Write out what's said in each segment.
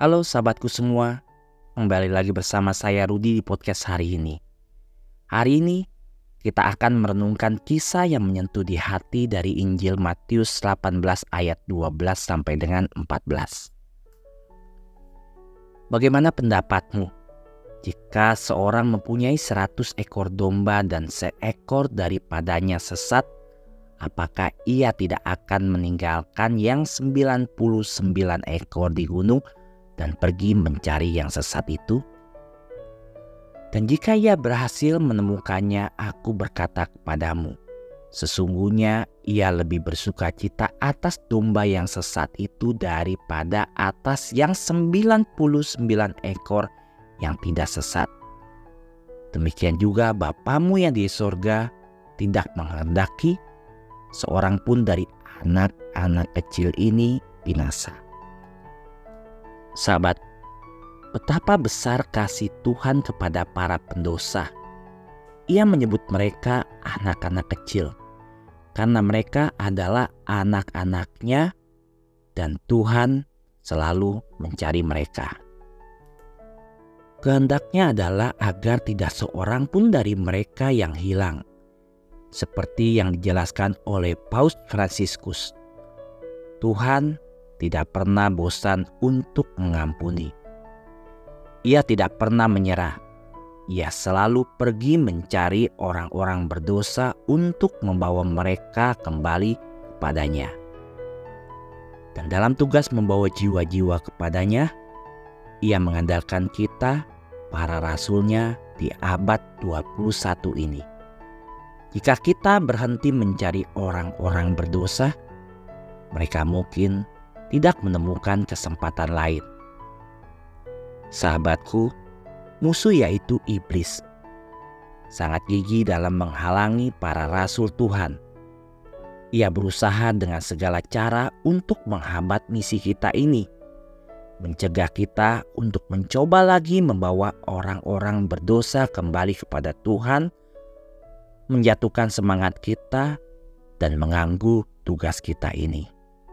Halo sahabatku semua, kembali lagi bersama saya Rudi di podcast hari ini. Hari ini kita akan merenungkan kisah yang menyentuh di hati dari Injil Matius 18 ayat 12 sampai dengan 14. Bagaimana pendapatmu jika seorang mempunyai 100 ekor domba dan seekor daripadanya sesat, apakah ia tidak akan meninggalkan yang 99 ekor di gunung dan pergi mencari yang sesat itu? Dan jika ia berhasil menemukannya, aku berkata kepadamu, sesungguhnya ia lebih bersuka cita atas domba yang sesat itu daripada atas yang 99 ekor yang tidak sesat. Demikian juga Bapamu yang di sorga tidak menghendaki seorang pun dari anak-anak kecil ini binasa. Sahabat, betapa besar kasih Tuhan kepada para pendosa. Ia menyebut mereka anak-anak kecil karena mereka adalah anak-anaknya dan Tuhan selalu mencari mereka. Kehendaknya adalah agar tidak seorang pun dari mereka yang hilang, seperti yang dijelaskan oleh Paus Fransiskus. Tuhan tidak pernah bosan untuk mengampuni. Ia tidak pernah menyerah. Ia selalu pergi mencari orang-orang berdosa untuk membawa mereka kembali kepadanya. Dan dalam tugas membawa jiwa-jiwa kepadanya, ia mengandalkan kita, para rasulnya di abad 21 ini. Jika kita berhenti mencari orang-orang berdosa, mereka mungkin tidak menemukan kesempatan lain. Sahabatku, musuh yaitu iblis sangat gigih dalam menghalangi para rasul Tuhan. Ia berusaha dengan segala cara untuk menghambat misi kita ini, mencegah kita untuk mencoba lagi membawa orang-orang berdosa kembali kepada Tuhan, menjatuhkan semangat kita, dan mengganggu tugas kita ini.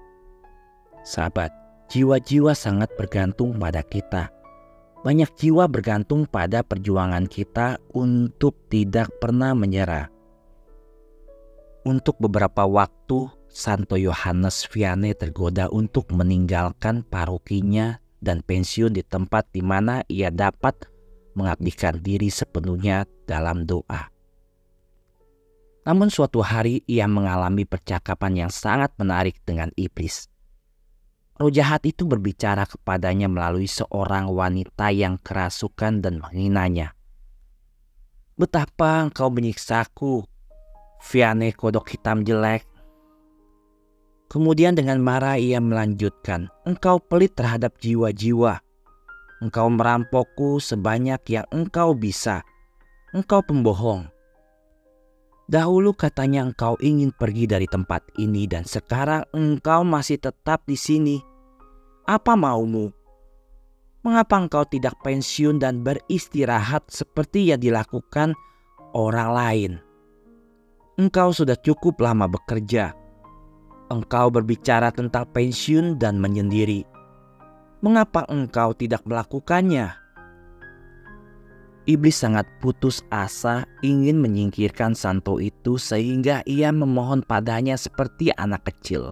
Sahabat, jiwa-jiwa sangat bergantung pada kita. Banyak jiwa bergantung pada perjuangan kita untuk tidak pernah menyerah. Untuk beberapa waktu, Santo Yohanes Vianney tergoda untuk meninggalkan parokinya dan pensiun di tempat di mana ia dapat mengabdikan diri sepenuhnya dalam doa. Namun suatu hari ia mengalami percakapan yang sangat menarik dengan iblis. Roh jahat itu berbicara kepadanya melalui seorang wanita yang kerasukan dan menghinanya. Betapa engkau menyiksaku, Vianney kodok hitam jelek. Kemudian dengan marah ia melanjutkan, engkau pelit terhadap jiwa-jiwa. Engkau merampokku sebanyak yang engkau bisa. Engkau pembohong. Dahulu katanya engkau ingin pergi dari tempat ini dan sekarang engkau masih tetap di sini. Apa maumu? Mengapa engkau tidak pensiun dan beristirahat seperti yang dilakukan orang lain? Engkau sudah cukup lama bekerja. Engkau berbicara tentang pensiun dan menyendiri. Mengapa engkau tidak melakukannya? Iblis sangat putus asa ingin menyingkirkan santo itu sehingga ia memohon padanya seperti anak kecil.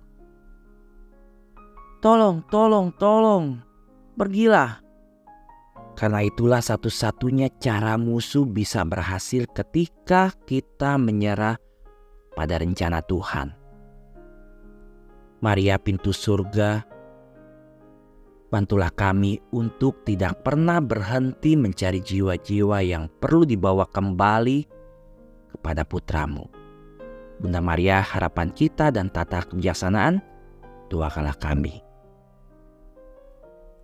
Tolong, tolong, tolong, pergilah. Karena itulah satu-satunya cara musuh bisa berhasil ketika kita menyerah pada rencana Tuhan. Maria pintu surga, bantulah kami untuk tidak pernah berhenti mencari jiwa-jiwa yang perlu dibawa kembali kepada putramu. Bunda Maria, harapan kita dan tata kebijaksanaan, doakanlah kami.